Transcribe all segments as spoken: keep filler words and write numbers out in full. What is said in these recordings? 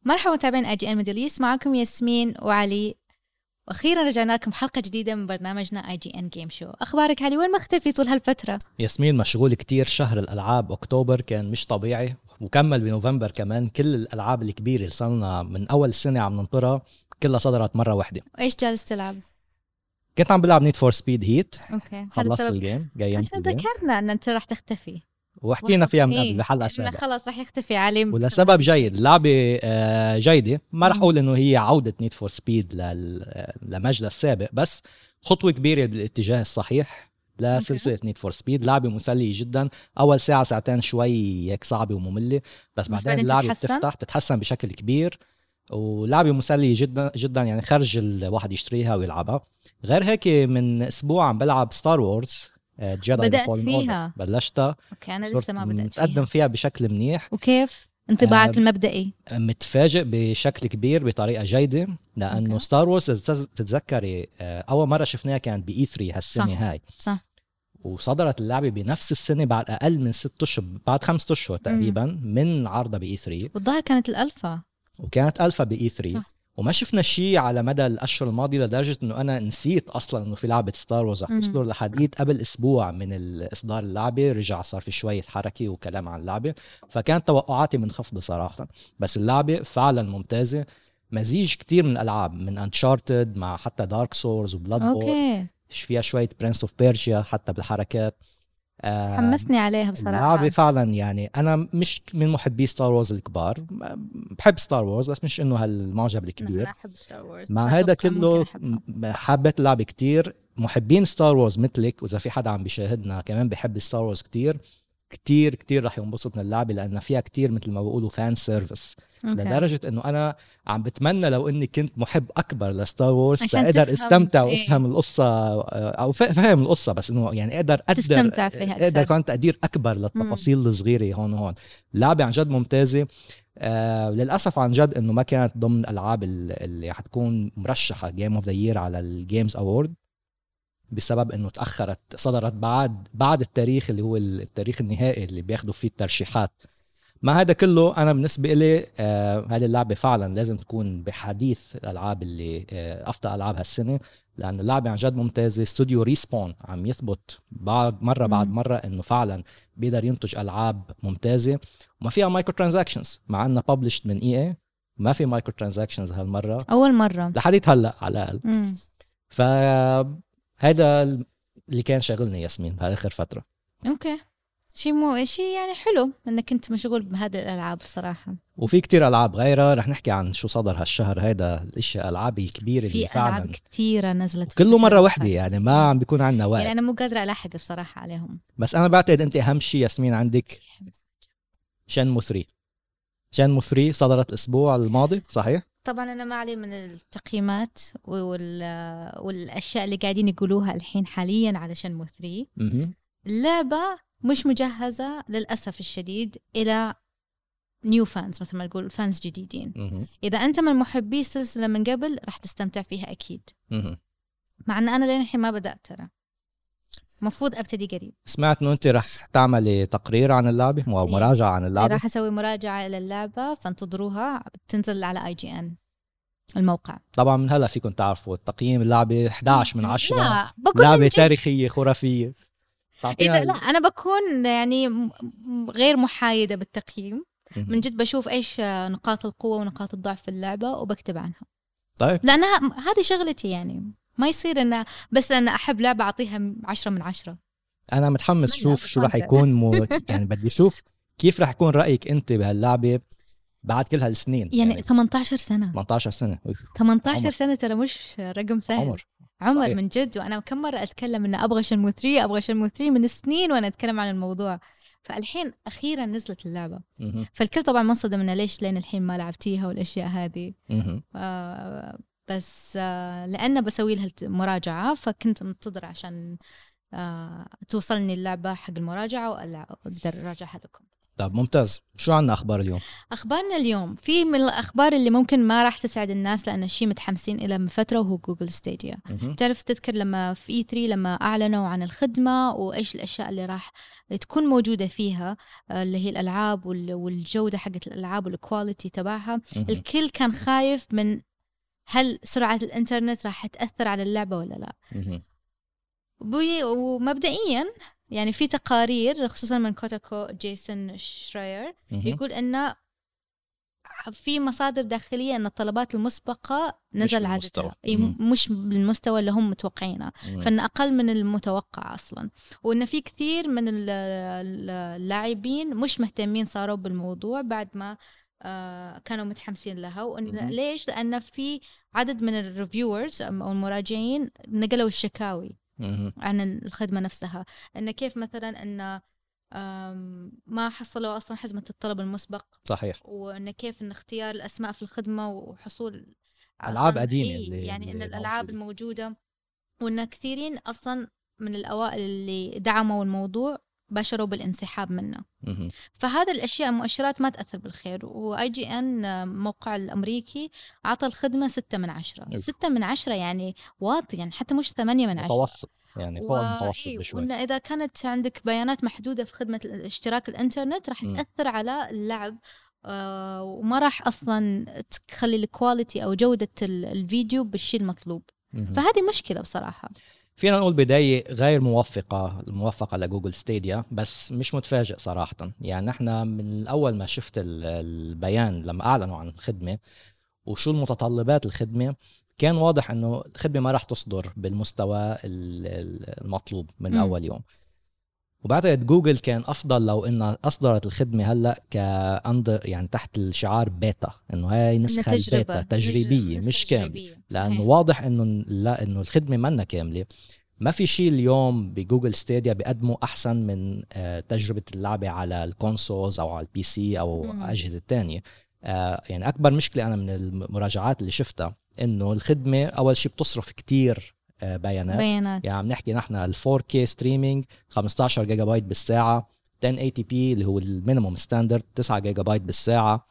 مرحبا متابعين اي جي ان ميدل ايست، معكم ياسمين وعلي، واخيرا رجعنا لكم حلقه جديده من برنامجنا اي جي ان جيم شو. اخبارك علي؟ وين مختفي طول هالفتره؟ ياسمين مشغول كتير. شهر الالعاب اكتوبر كان مش طبيعي، وكمل بنوفمبر كمان. كل الالعاب الكبيره اللي صارنا من اول السنه عم ننطرها كلها صدرت مره واحده. وايش جالس تلعب؟ كنت عم بلعب نيد فور سبيد هيت. اوكي، خلصت الجيم، قيمت احنا الجيم ذكرنا ان انت راح تختفي وحكينا فيها من قبل إيه؟ بحلقه سابقه. خلص راح يختفي علي ولسبب جيد. اللعبه آه جيده، ما راح مم. اقول انه هي عوده نيد فور سبيد لمجدها السابق، بس خطوه كبيره بالاتجاه الصحيح لسلسله نيد فور سبيد. لعبه مسليه جدا. اول ساعه ساعتين شوي هيك صعبه وممله، بس, بس بعدين اللعبه بتفتح بتتحسن بشكل كبير، ولعبه مسليه جدا جدا. يعني خرج الواحد يشتريها ويلعبها. غير هيك من اسبوع عم بلعب ستار وورز جيداي بدأت فيها. بلشتها. اوكي، انا لسه ما بدأت متقدم فيها. فيها بشكل منيح. وكيف انطباعك المبدئي؟ متفاجئ بشكل كبير بطريقه جيده، لانه ستار وورز تتذكري اول مره شفناها كانت بي ثلاثة هالسنه. صح. هاي صح. وصدرت اللعبه بنفس السنه بعد اقل من ست اشهر، بعد خمسة اشهر تقريبا مم. من عرضها بي ثلاثة. والظاهر كانت الالفا وكانت الفا بي ثلاثة. صح. وما شفنا شيء على مدى الاشهر الماضيه، لدرجه انه انا نسيت اصلا انه في لعبه ستار وورز رح تصدر لحديث. قبل اسبوع من الاصدار اللعبه رجع صار في شويه حركه وكلام عن اللعبه، فكانت توقعاتي منخفضه صراحه. بس اللعبه فعلا ممتازه، مزيج كتير من الالعاب، من انشارتد مع حتى دارك سورز وبلاد بورن. فيها شويه برنس اوف بيرجيا حتى بالحركات. حمسني عليها بصراحة. اللعبة فعلا يعني أنا مش من محبي ستار وورز الكبار، بحب ستار وورز بس مش إنه هالمعجب الكبير. أنا أحب ستار وورز. مع هذا كله حبيت اللعبة كتير. محبين ستار وورز مثلك، وإذا في حدا عم بيشاهدنا كمان بيحب ستار وورز كتير كتير كتير رح ينبسط من اللعبة، لأن فيها كتير مثل ما بيقولوا فان سيرفيس. لدرجة إنه أنا عم بتمنى لو إني كنت محب أكبر لستار وورز تقدر استمتع وافهم القصة أو فهم القصة، بس إنه يعني أقدر أقدر أقدر كنت أدير أكبر للتفاصيل مم. الصغيرة هون وهون. اللعبة عن جد ممتازة. آه للأسف عن جد إنه ما كانت ضمن الألعاب اللي حتكون مرشحة جيم اوف ذا يير على الجيمز أوورد، بسبب انه تأخرت. صدرت بعد بعد التاريخ اللي هو التاريخ النهائي اللي بياخدوا فيه الترشيحات. مع هذا كله انا بالنسبه لي آه هذه اللعبه فعلا لازم تكون بحديث الالعاب اللي آه افضل العاب هالسنه، لان اللعبه عن جد ممتازه. استوديو ريسبون عم يثبت بعد مره بعد مره انه فعلا بيقدر ينتج العاب ممتازه وما فيها مايكرو ترانزاكشنز، مع انها ببلشت من اي اي. ما في مايكرو ترانزاكشنز هالمره، اول مره لحديت هلا على الاقل. ف هذا اللي كان شغلني ياسمين بآخر فترة. اوكي، شيء مو شيء يعني حلو انك كنت مشغول بهذه الالعاب بصراحة. وفي كتير العاب غيرها رح نحكي عن شو صدر هالشهر هيدا. الاشياء العاب الكبيرة اللي فعلا في العاب كثيرة نزلت كله مرة واحدة، يعني ما عم بيكون عندنا وقت. يعني انا مو قادرة الاحق بصراحة عليهم. بس انا بعتقد انت اهم شيء ياسمين عندك شنمو ثري. شنمو ثري صدرت الاسبوع الماضي صحيح؟ طبعا أنا ما علي من التقييمات والأشياء اللي قاعدين يقولوها الحين حاليا على شنمو ثري. اللعبة مش مجهزة للأسف الشديد إلى نيو فانز، مثل ما نقول فانز جديدين. إذا أنت من محبي السلسلة من قبل راح تستمتع فيها أكيد. مع أن أنا لين الحين ما بدأت، ترى مفروض أبتدي قريب. سمعت أنه أنت رح تعملي تقرير عن اللعبة أو مراجعة عن اللعبة. راح أسوي مراجعة إلى اللعبة، فانتظروها بتنزل على آي جي إن الموقع. طبعا من هلا فيكم تعرفوا تقييم اللعبة إحدى عشر من عشرة. لا، لعبة تاريخية خرافية. إذا لا أنا بكون يعني غير محايدة بالتقييم. من جد بشوف إيش نقاط القوة ونقاط الضعف في اللعبة وبكتب عنها. طيب، لأنها هذه شغلتي، يعني ما يصير أن بس أنا أحب لعبة أعطيها عشرة من عشرة. أنا متحمس شوف شو رح يكون مو... يعني بدي أشوف كيف رح يكون رأيك أنت بهاللعبة بعد كل هالسنين. يعني, يعني ثمانية عشر سنة ثمانية عشر سنة ثمانية عشر سنة ترى مش رقم سهل. عمر عمر صحيح. من جد. وأنا كم مرة أتكلم إن أبغى شنمو ثري أبغى شنمو ثري من السنين وأنا أتكلم عن الموضوع. فالحين أخيرا نزلت اللعبة. فالكل طبعا منصدم إنه ليش لين الحين ما لعبتيها والأشياء هذه. آه بس آه لأنه بسوي لها مراجعة، فكنت منتظرة عشان آه توصلني اللعبة حق المراجعة وأقدر أراجعها لكم. طب ممتاز. شو عنا أخبار اليوم؟ أخبارنا اليوم في من الأخبار اللي ممكن ما راح تسعد الناس لأن الشيء متحمسين إلى من فترة، وهو جوجل ستيديا. تعرف تذكر لما في إي ثري لما أعلنوا عن الخدمة وإيش الأشياء اللي راح تكون موجودة فيها، اللي هي الألعاب والجودة حقت الألعاب والكواليتي تبعها. الكل كان خايف من هل سرعة الإنترنت راح تأثر على اللعبة ولا لا. ومبدئيا يعني في تقارير خصوصا من كوتاكو جيسون شراير يقول إنه في مصادر داخلية أن الطلبات المسبقة نزل عددها مش بالمستوى اللي هم متوقعينه، فإن أقل من المتوقع أصلا، وإن في كثير من اللاعبين مش مهتمين صاروا بالموضوع بعد ما آه كانوا متحمسين لها. وإن ليش؟ لأن في عدد من الريفيورز أو المراجعين نقلوا الشكاوي عن الخدمة نفسها، أن كيف مثلا أن ما حصلوا أصلا حزمة الطلب المسبق. صحيح. وأن كيف أن اختيار الأسماء في الخدمة وحصول ألعاب قديمة إيه اللي يعني اللي أن الألعاب الموجودة، وأن كثيرين أصلا من الأوائل اللي دعموا الموضوع باشروا بالانسحاب منه. فهذا الأشياء مؤشرات ما تأثر بالخير. وآي جي إن موقع الأمريكي عطى الخدمة ستة من عشرة. ستة من عشرة يعني واطي، يعني حتى مش ثمانية من عشرة، متوسط يعني فوق المتوسط بشوي. وإن إذا كانت عندك بيانات محدودة في خدمة اشتراك الإنترنت راح تأثر على اللعب، آه وما راح أصلا تخلي الكواليتي أو جودة الفيديو بالشيء المطلوب. فهذه مشكلة بصراحة. فينا نقول بداية غير موفقة الموفقة لجوجل ستيديا، بس مش متفاجئ صراحة. يعني احنا من الأول ما شفت البيان لما أعلنوا عن الخدمة وشو المتطلبات الخدمة، كان واضح انه الخدمة ما راح تصدر بالمستوى المطلوب من م. أول يوم. وبعتقد جوجل كان أفضل لو إنها أصدرت الخدمة هلأ كأندر يعني تحت الشعار بيتا، إنه هاي نسخة البيتا تجريبية مش كاملة، لأنه واضح إنه لا إنه الخدمة منا كاملة. ما في شيء اليوم بجوجل ستيديا بيقدمه أحسن من تجربة اللعبة على الكونسولز أو على البي سي أو م. أجهزة تانية. يعني أكبر مشكلة أنا من المراجعات اللي شفتها إنه الخدمة أول شيء بتصرف كتير بيانات. بيانات يعني بنحكي نحن ال فور كي ستريمينج خمسة عشر جيجا بايت بالساعة، عشرة إيه تي بي اللي هو المينيموم ستاندرد تسعة جيجا بايت بالساعة،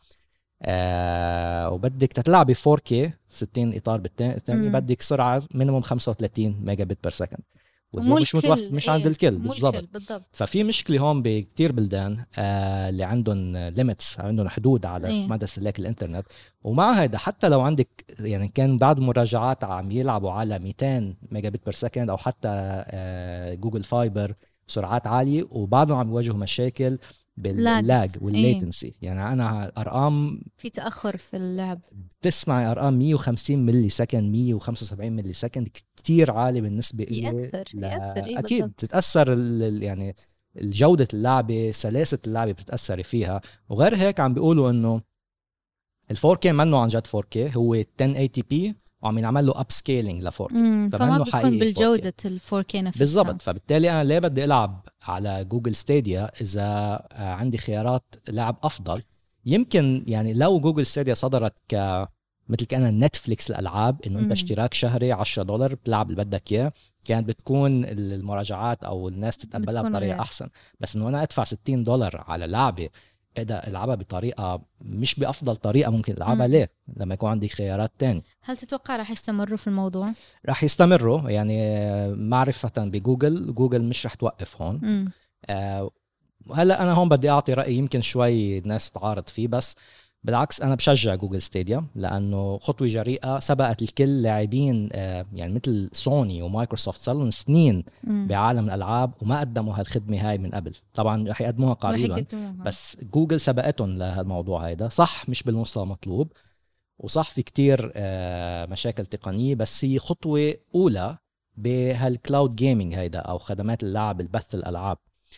آه وبدك تتلعبي فور كي ستين إطار بالثانية بدك سرعة مينيموم خمسة وثلاثين ميجا بت بير سكند، واليوم مش متوفر مش إيه؟ عند الكل بالضبط. ففي مشكلة هون بكتير بلدان آه اللي عندهم ليميتس، عندهم حدود على إيه؟ مدى استهلاك الانترنت. ومع هذا حتى لو عندك يعني كان بعض المراجعات عم يلعبوا على مئتين ميجا بت بير سكند او حتى آه جوجل فايبر سرعات عالية، وبعضهم عم يواجهوا مشاكل باللاج والليتنسي. إيه؟ يعني انا ارقام في تاخر في اللعب، تسمعي ارقام مية وخمسين ملي سكند مية وخمسة وسبعين ملي سكند، كتير عالي بالنسبه لي. يأثر ل... يأثر إيه اكيد بالضبط. بتتاثر ال... يعني الجوده اللعبه سلاسه اللعبه بتتاثري فيها. وغير هيك عم بيقولوا انه ال فور كي منه عن جد فور كي، هو عشرة إيه تي بي وعم ينعمل له اب سكيلينج ل فور كي، فما بيكون بالجوده ال فور كي نفسها بالضبط. فبالتالي انا ليه بدي العب على جوجل ستيديا اذا عندي خيارات لعب افضل؟ يمكن يعني لو جوجل ستيديا صدرت ك مثل كأنها نتفليكس الالعاب، انه انت اشتراك شهري عشرة دولار بتلعب اللي بدك اياه، كانت بتكون المراجعات او الناس تتقبلها بطريقه احسن. بس انه انا ادفع ستين دولار على لعبه اقدر العبها بطريقه مش بافضل طريقه ممكن العبها، ليه لما يكون عندي خيارات تانية؟ هل تتوقع راح يستمروا في الموضوع؟ راح يستمروا يعني معرفه بجوجل، جوجل مش راح توقف هون. آه هلا انا هون بدي اعطي رايي يمكن شوي الناس تعارض فيه، بس بالعكس انا بشجع جوجل ستيديا لانه خطوه جريئه سبقت الكل. لاعبين آه يعني مثل سوني ومايكروسوفت صار لهم سنين م. بعالم الالعاب وما قدموا هالخدمه هاي من قبل. طبعا رح يقدموها قريبا، بس جوجل سبقتهم لهالموضوع هيدا. صح مش بالمستوى مطلوب، وصح في كتير آه مشاكل تقنيه، بس هي خطوه اولى بهالكلاود جيمينج هيدا او خدمات اللعب البث الالعاب.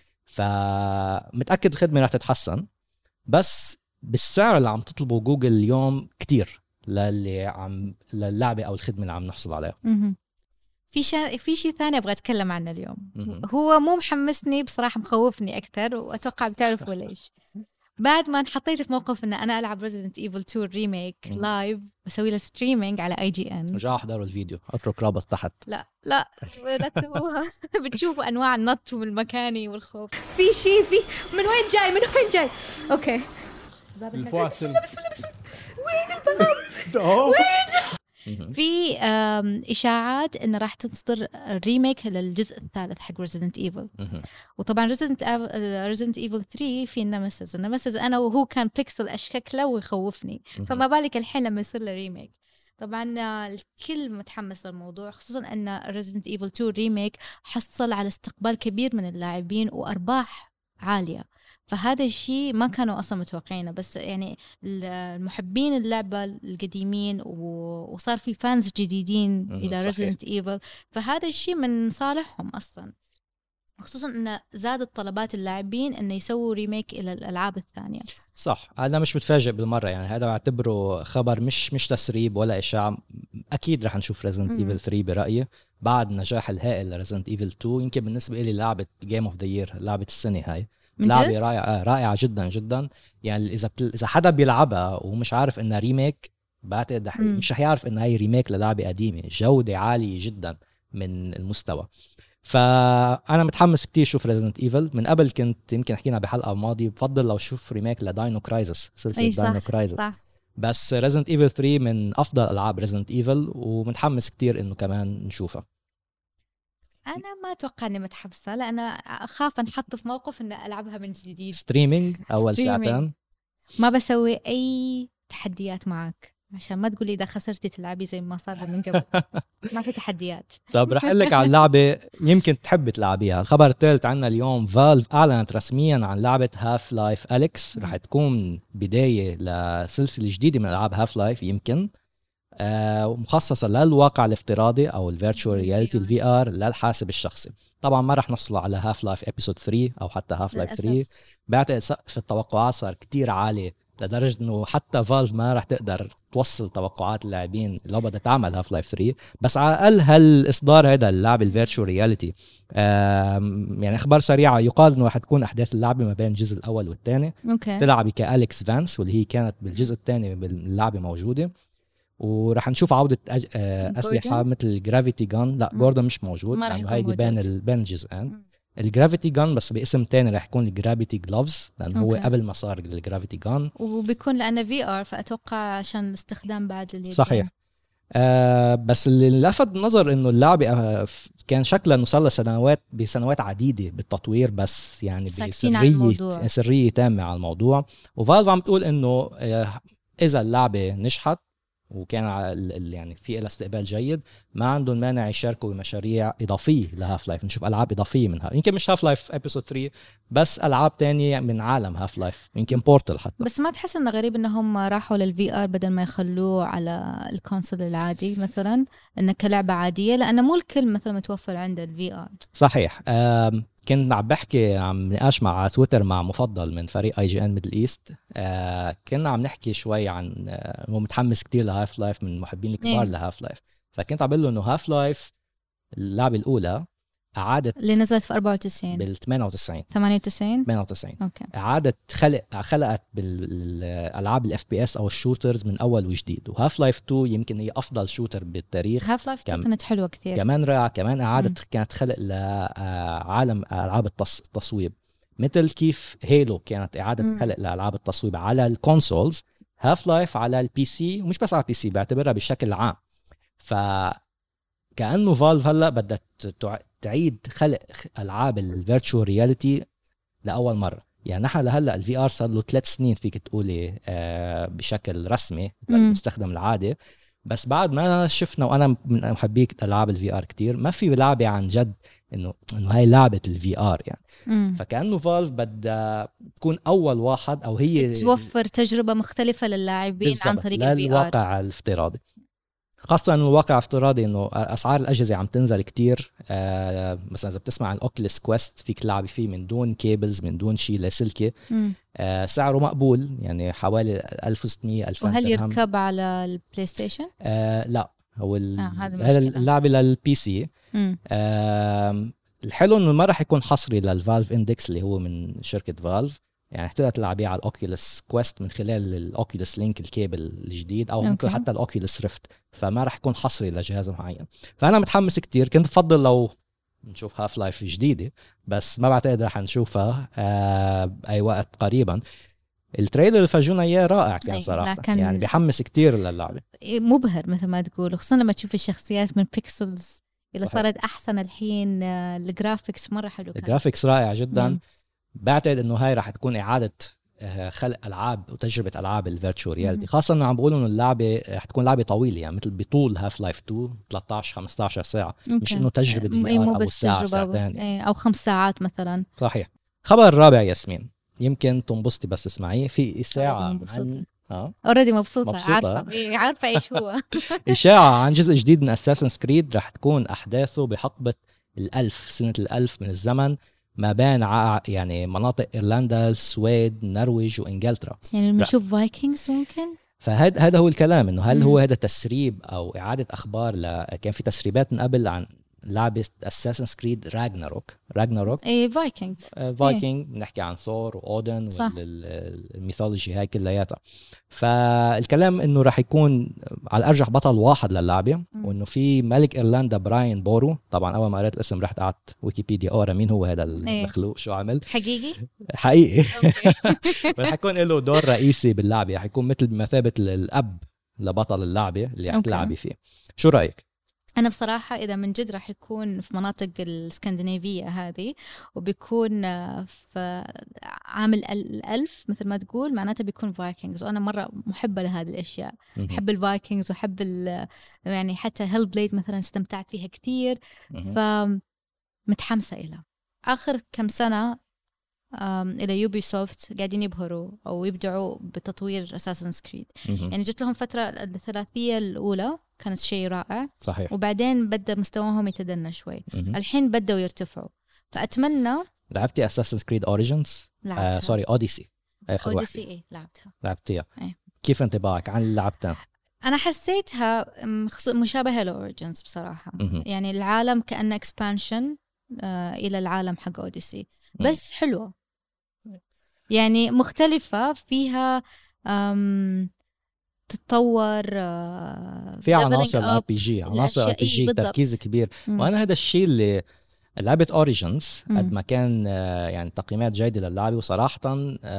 فمتاكد الخدمه رح تتحسن، بس بالسعر اللي عم تطلبه جوجل اليوم كتير للي عم للعبة أو الخدمة اللي عم نحصل عليها. في شيء في شيء ثاني أبغى أتكلم عنه اليوم. هو مو محمسني بصراحة، مخوفني أكثر، وأتوقع بتعرفوا ليش. بعد ما انحطيت في موقف ان انا العب Resident Evil تو ريميك لايف بسوي له ستريمينج على اي جي ان. رجعوا احضروا الفيديو، اترك رابط تحت. لا لا لا تسووها. بتشوفوا انواع النط والمكاني والخوف. في شيء في من وين جاي من وين جاي. اوكي الفاصل. وين الباب وين. في إشاعات إن راح تصدر ريميك للجزء الثالث حق Resident Evil. وطبعا Resident Resident Evil ثري في النمسز. النمسز أنا وهو كان بيكسل أشكله ويخوفني، فما بالك الحين لما يصير له ريميك. طبعا الكل متحمس للموضوع، خصوصا أن Resident Evil تو ريميك حصل على استقبال كبير من اللاعبين وأرباح عالية، فهذا الشيء ما كانوا أصلا متوقعينه. بس يعني المحبين اللعبة القديمين وصار في فانز جديدين إلى Resident Evil، فهذا الشيء من صالحهم أصلا، خصوصا أن زادت طلبات اللاعبين أن يسووا ريميك إلى الألعاب الثانية. صح، أنا مش متفاجئ بالمرة، يعني هذا بعتبره خبر مش مش تسريب ولا إشاعة. أكيد رح نشوف Resident Evil ثري برأيي بعد نجاح الهائل Resident Evil تو. يمكن بالنسبة لي لعبة Game of the Year، لعبة السنة هاي. لعبة رائعة رائعة جدا جدا. يعني إذا بتل... إذا حدا بيلعبها ومش عارف إنها ريميك، بعتقد مش رح يعرف إنها هي ريميك للعبة قديمة، جودة عالية جدا من المستوى. فأنا متحمس كتير شوف Resident Evil. من قبل كنت يمكن حكينا بحلقة ماضية بفضل لو شوف ريميك لداينو كرايزس، سلسلة داينو كرايزس. بس Resident Evil ثري من أفضل ألعاب Resident Evil، ومتحمس كتير إنه كمان نشوفها. أنا ما أتوقع إني متحمسة، لأن أخاف أنحط في موقف إن ألعبها من جديد. ستريمينج أول ساعتين ما بسوي أي تحديات معك عشان ما تقولي إذا خسرتي تلعبي زي ما صار من قبل. ما في تحديات. طب رح أقول لك على اللعبة يمكن تحب تلعبيها. الخبر الثالث عنا اليوم، فالف أعلنت رسميا عن لعبة هاف لايف أليكس. رح تكون بداية لسلسلة جديدة من ألعاب هاف لايف، يمكن آه مخصصة للواقع الافتراضي أو الفيرتشوال رياليتي الفي آر للحاسب الشخصي. طبعا ما رح نحصل على هاف لايف ابيسود ثري أو حتى هاف لايف ثري. بعتقد سقف التوقعات صار كتير عالي لدرجة إنه حتى فالف ما رح تقدر توصل توقعات اللاعبين لو بدها تعمل هاف لايف ثري. بس على الأقل هالإصدار هذا اللعبة الفيرتشوال رياليتي يعني أخبار سريعة، يقال إنه رح تكون أحداث اللعبة ما بين الجزء الأول والثاني. تلعبي كأليكس فانس واللي هي كانت بالجزء الثاني باللعبة موجودة، ورح نشوف عودة أج... أسلحة مثل جرافيتي جان. لا جوردن مش موجود لأنه يعني هيدي بين ال... بين الجزئين. الجرافيتي جان بس باسم تاني رح يكون الجرافيتي جلوفز، لأنه هو قبل ما صار الجرافيتي جان، وبيكون لأنه في آر، فأتوقع عشان الاستخدام بعد اليدين. صحيح. آه بس اللي لفت النظر إنه اللعبة آه كان شكلها إنه صار لها سنوات بسنوات عديدة بالتطوير، بس يعني بسرية سرية تامة على الموضوع. وفالف عم تقول إنه آه إذا اللعبة نجحت وكان يعني في لها استقبال جيد، ما عندهم مانع يشاركوا بمشاريع إضافية لهاف لايف، نشوف ألعاب إضافية منها، يمكن مش هاف لايف ابيسود ثري بس ألعاب تانية من عالم هاف لايف، يمكن بورتل حتى. بس ما تحس إنه غريب إنهم راحوا للفي آر بدل ما يخلوه على الكونسول العادي مثلا، إنه كلعبة عادية، لأنه مو الكل مثلا متوفر عنده الفي آر. صحيح. كنت عم بحكي عم نقاش مع تويتر مع مفضل من فريق اي جي ان ميدل ايست. آه كنا عم نحكي شوي عن آه هو متحمس كتير لهاف لايف، من المحبين الكبار إيه؟ لهاف لايف. فكنت عم بقول له انه هاف لايف اللعبه الاولى اعادت اللي نزلت في أربعة وتسعين بال ثمانية وتسعين ثمانية وتسعين ثمانية وتسعين اوكي، اعادت خلق خلقت بالالعاب الاف بي اس او الشوترز من اول وجديد. وهاف لايف تو يمكن هي افضل شوتر بالتاريخ. هاف لايف كم... كانت حلوه كثير كمان رائعه، كمان اعادت م. كانت خلق لعالم العاب التص... التصويب، مثل كيف هيلو كانت اعاده م. خلق لالعاب التصويب على الكونسولز. هاف لايف على البي سي، ومش بس على البي سي، بعتبرها بشكل عام. ف كأنه فالف هلأ بدها تعيد خلق ألعاب الفيرتشوال رياليتي لأول مرة. يعني نحن لهلأ الفي آر صار له ثلاث سنين فيك تقولي آه بشكل رسمي للمستخدم العادي، بس بعد ما شفنا، وأنا من محبي ألعاب الفي آر كتير، ما في لعبة عن جد إنه إنه هاي لعبة الفي آر يعني. مم. فكأنه فالف بدها تكون أول واحد، أو هي توفر تجربة مختلفة للاعبين عن طريق الفي آر، للواقع الافتراضي. خاصة انه الواقع افتراضي انه اسعار الاجهزة عم تنزل كتير. آه مثلا اذا بتسمع عن اوكلس كويست فيك تلعبي فيه من دون كيبلز، من دون شيء لاسلكي. آه سعره مقبول، يعني حوالي ألف وستمية ألفين وهل درهم. يركب على البلاي ستيشن؟ آه لا، هو آه اللعبة للبي سي. آه الحلو انه ما راح يكون حصري للفالف اندكس اللي هو من شركة فالف، يعني تقدر تلعبيه على الاوكيوليس كويست من خلال الاوكيوليس لينك الكيبل الجديد او ممكن حتى الاوكيوليس ريفت، فما راح يكون حصري لجهاز معين. فانا متحمس كتير. كنت بفضل لو نشوف هاف لايف جديدة بس ما بعتقد رح نشوفها آه بأي وقت قريبا. التريلر اللي فرجونا اياه رائع كان صراحة، يعني بيحمس كتير للعبة، مبهر مثل ما تقول، خصوصا لما تشوف الشخصيات من بيكسلز إذا صارت أحسن الحين. الجرافيكس مرة حلو، الجرافيكس رائع جدا. مم. بعتقد إنه هاي راح تكون إعادة خلق ألعاب وتجربة ألعاب الفيرتشوال رياليتي، خاصة إنه عم بيقولوا إنه اللعبة رح تكون لعبة طويلة، يعني مثل بطول هاف لايف تو ثلاثة عشر خمسة عشر ساعة. مم. مش إنه تجربة في آر أو ساعة ساعتين يعني. أو خمس ساعات مثلا. صحيح. خبر الرابع ياسمين يمكن تنبسطي بس اسمعيه، في إشاعة عن اه اوريدي مبسوطة, مبسوطة عارفة إيه عارفة ايش هو. إشاعة عن جزء جديد من أساسنز كريد رح تكون أحداثه بحقبة الألف سنة الألف من الزمن، ما بين ع... يعني مناطق إيرلندا، السويد، النرويج وإنجلترا. يعني بنشوف فايكنجز ممكن. فهذا هذا هو الكلام، إنه هل مم. هو هذا تسريب أو إعادة أخبار ل... كان في تسريبات من قبل عن لعبة أساسنز كريد راجناروك. راجناروك إيه فايكنجز آه فايكنج إيه. بنحكي عن ثور وأودن والميثولوجي هاي كلياتها. فالكلام إنه راح يكون على الأرجح بطل واحد للعبة، وإنه في ملك إيرلندا براين بورو. طبعا أول ما قرأت الاسم رحت قعدت ويكيبيديا أورا مين هو هذا المخلوق، شو عمل حقيقي حقيقي. راح يكون له دور رئيسي باللعبة، راح يكون مثل بمثابة الأب لبطل اللعبة اللي رح تلعبي فيه. شو رأيك؟ أنا بصراحة إذا من جد راح يكون في مناطق الإسكندنافية هذه وبيكون في عامل الألف مثل ما تقول، معناته بيكون فايكنجز، وأنا مرة محبة لهذه الأشياء. أحب الفايكنجز وأحب يعني حتى هيل بليد مثلا استمتعت فيها كتير، فمتحمسة إلى آخر كم سنة إلى يوبي سوفت قاعدين يبهروا أو يبدعوا بتطوير أساسنز كريد. يعني جت لهم فترة الثلاثية الأولى كانت شيء رائع، صحيح. وبعدين بدأ مستواهم يتدنى شوي. م-م. الحين بدأوا يرتفعوا، فأتمنى. لعبتي أساسنز كريد أوريجينز؟ لعبتها. آه، سوري أوديسي. آخر أوديسي إيه لعبتها. لعبتيها. إيه. كيف انطباعك عن اللي لعبتها؟ أنا حسيتها مشابهة لأوريجينز بصراحة. م-م. يعني العالم كأنه إكسبانشن آه إلى العالم حق أوديسي، بس م-م. حلوة يعني مختلفة فيها أم تتطور في عناصر ار بي جي عناصر ار بي جي تركيز كبير. مم. وانا هذا الشيء اللي لعبه اوريجينز قد ما كان يعني تقييمات جيده للعبه، وصراحه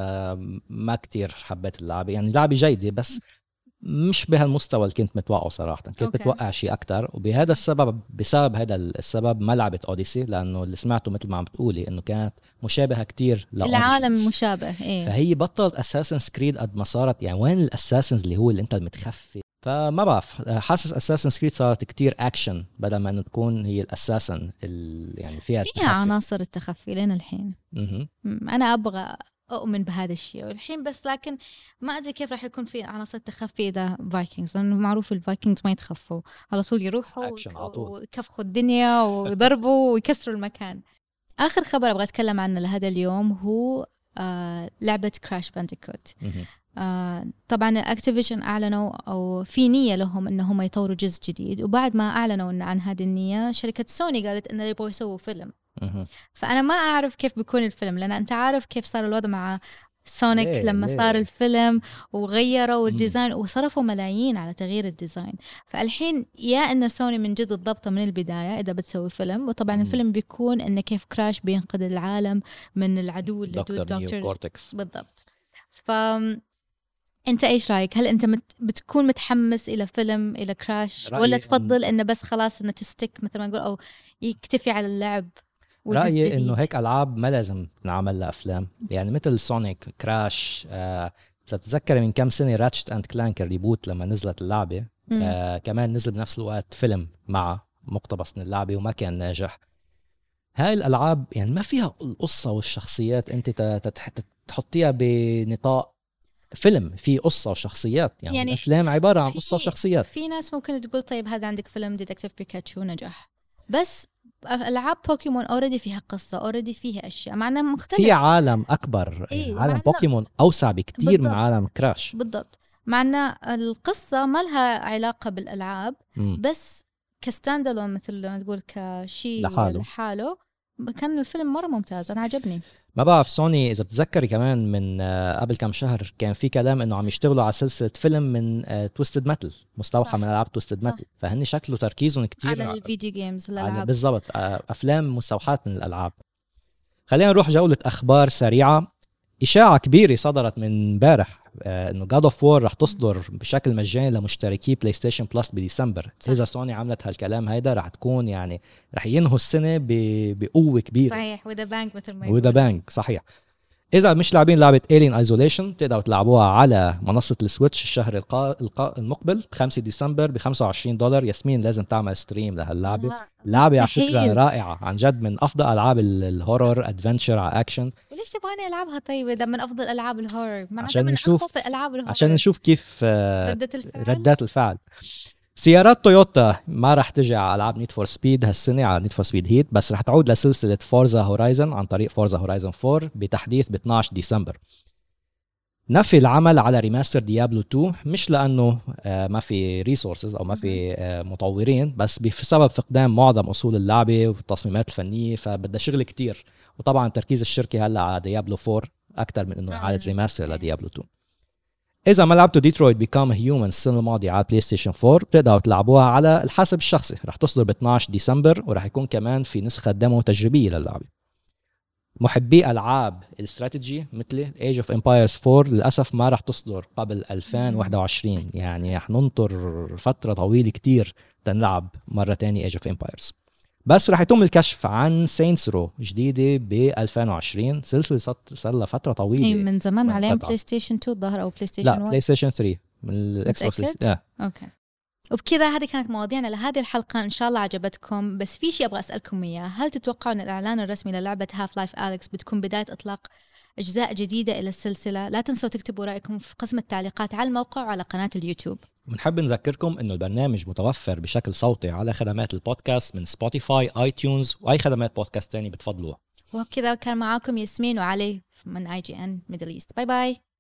ما كتير حبيت اللعبه. يعني لعبه جيده بس مش بهالمستوى اللي كنت متوقعه صراحه. كنت أوكي. متوقع شيء اكتر، وبهذا السبب بسبب هذا السبب ما لعبت اوديسي، لانه اللي سمعته مثل ما عم بتقولي انه كانت مشابهه كتير لأوريجينز. العالم مشابه إيه؟ فهي بطلت اساسنز كريد قد ما صارت يعني وين الاساسنز اللي هو اللي انت المتخفي. فما بعرف، حاسس اساسنز كريد صارت كتير اكشن بدل ما انه تكون هي الاساسن يعني فيها فيها التخفي. عناصر التخفي لين الحين. م- انا ابغى أؤمن بهذا الشيء والحين، بس لكن ما أدري كيف راح يكون في عناصر تخفي إذا فايكنجز، لأنه معروف الفايكنجز ما يتخفوا على طول، يروحوا ويكفخوا الدنيا ويضربوا ويكسروا المكان. آخر خبر أبغى أتكلم عنه لهذا اليوم هو آه لعبة كراش بانديكوت. آه طبعا أكتيفيجن أعلنوا أو في نية لهم إنهم يطوروا جزء جديد، وبعد ما أعلنوا إن عن هذه النية شركة سوني قالت إنه يبغوا يسووا فيلم. فأنا ما أعرف كيف بيكون الفيلم، لأن أنت عارف كيف صار الوضع مع سونيك ليه لما ليه. صار الفيلم وغيروا الديزاين وصرفوا ملايين على تغيير الديزاين. فالحين يا أن سوني من جد الضبطة من البداية إذا بتسوي فيلم، وطبعا مم. الفيلم بيكون إنه كيف كراش بينقذ العالم من العدو اللي دكتور, دكتور كورتكس بالضبط. ف أنت إيش رأيك؟ هل أنت مت... بتكون متحمس إلى فيلم إلى كراش، ولا تفضل إنه بس خلاص إنه تستك مثل ما نقول أو يكتفي على اللعب؟ رأيي إنه هيك ألعاب ما لازم نعمل لها أفلام، يعني مثل سونيك كراش. آه تتذكر من كم سنة راتشت أند كلانك ريبوت لما نزلت اللعبة آه كمان نزل بنفس الوقت فيلم مع مقتبس من اللعبة وما كان ناجح. هاي الألعاب يعني ما فيها القصة والشخصيات أنت تحطيها بنطاق فيلم فيه قصة وشخصيات. يعني, يعني الأفلام عبارة عن قصة وشخصيات. في ناس ممكن تقول طيب هذا عندك فيلم ديتكتيف بيكاتشو نجح، بس ألعاب بوكيمون أوريدي فيها قصة، أوريدي فيها أشياء معناها مختلف، في عالم أكبر. إيه يعني عالم بوكيمون أوسع بكتير بالضبط. من عالم كراش بالضبط. معناها القصة ما لها علاقة بالألعاب م. بس كستاندالون مثل ما تقول كشيء لحاله. لحاله كان الفيلم مرة ممتاز، أنا عجبني. ما بعرف سوني اذا بتذكري كمان من قبل كم شهر كان في كلام انه عم يشتغلوا على سلسله فيلم من تويستد ميتل مستوحى من العاب تويستد ميتل، فهن شكله تركيزهم كتير على الفيديو جيمز الالعاب بالضبط، افلام مستوحاه من الالعاب. خلينا نروح جوله اخبار سريعه. اشاعه كبيره صدرت من امبارح انه جاد اوف وور رح تصدر بشكل مجاني لمشتركي بلاي ستيشن بلس بديسمبر. صح. اذا سوني عملت هالكلام هيدا رح تكون يعني رح ينهوا السنه بقوه كبيره. صحيح، وذا بانك مثل ما وذا بانك صحيح. اذا مش لاعبين لعبه Alien Isolation تقدروا تلعبوها على منصه السويتش الشهر القا... القا... المقبل خمسة ديسمبر ب خمسة وعشرين دولار. ياسمين لازم تعمل ستريم لهاللعبه. لعبه على فكره رائعه عن جد، من افضل العاب الهورر ادفنتشر على اكشن. وليش تبغاني العبها طيب اذا من افضل العاب الهورر؟ عشان نشوف الالعاب الهورر عشان نشوف كيف ردة الفعل. ردات الفعل. سيارات تويوتا ما رح تجي على العاب نيد فور سبيد هالسنه، على نيد فور سبيد هيت، بس رح تعود لسلسله فورزا هورايزن عن طريق فورزا هورايزن فور بتحديث ب اثناشر ديسمبر. نفي العمل على ريماستر ديابلو تو مش لانه ما في ريسورسز او ما في مطورين، بس بسبب فقدان معظم اصول اللعبه والتصميمات الفنيه، فبدها شغل كتير. وطبعا تركيز الشركه هلا على ديابلو فور اكثر من انه اعاده ريماستر لديابلو تو. إذا ما لعبتوا ديترويت بيكام هيومن السنة الماضية على بلاي ستيشن فور بتقدروا تلعبوها على الحاسب الشخصي. رح تصدر ب اثناشر ديسمبر ورح يكون كمان في نسخة ديمو تجريبية للعبة. محبي ألعاب الاستراتيجي مثل Age of Empires فور للأسف ما رح تصدر قبل ألفين وواحد وعشرين، يعني رح ننطر فترة طويلة كتير تنلعب مرة تانية Age of Empires. بس رح يتم الكشف عن Saints Row جديدة ب ألفين وعشرين، سلسلة صار لها فترة طويلة. إيه من زمان عليهم بلاي ستيشن تو الظهر أو بلاي ستيشن لا بلاي ستيشن ثري من الإكس بوكس. آه. أوكي. وبكذا هذه كانت مواضيعنا لهذه الحلقة، إن شاء الله عجبتكم. بس في شيء أبغى أسألكم إياه، هل تتوقعوا أن الإعلان الرسمي للعبة هاف لايف أليكس بتكون بداية إطلاق أجزاء جديدة إلى السلسلة؟ لا تنسوا تكتبوا رأيكم في قسم التعليقات على الموقع وعلى قناة اليوتيوب. بنحب نذكركم إنه البرنامج متوفر بشكل صوتي على خدمات البودكاست من سبوتيفاي، آي تيونز وأي خدمات بودكاست تاني بتفضلوها. وبكذا كان معاكم ياسمين وعلي من آي جي إن ميدل إيست. باي باي.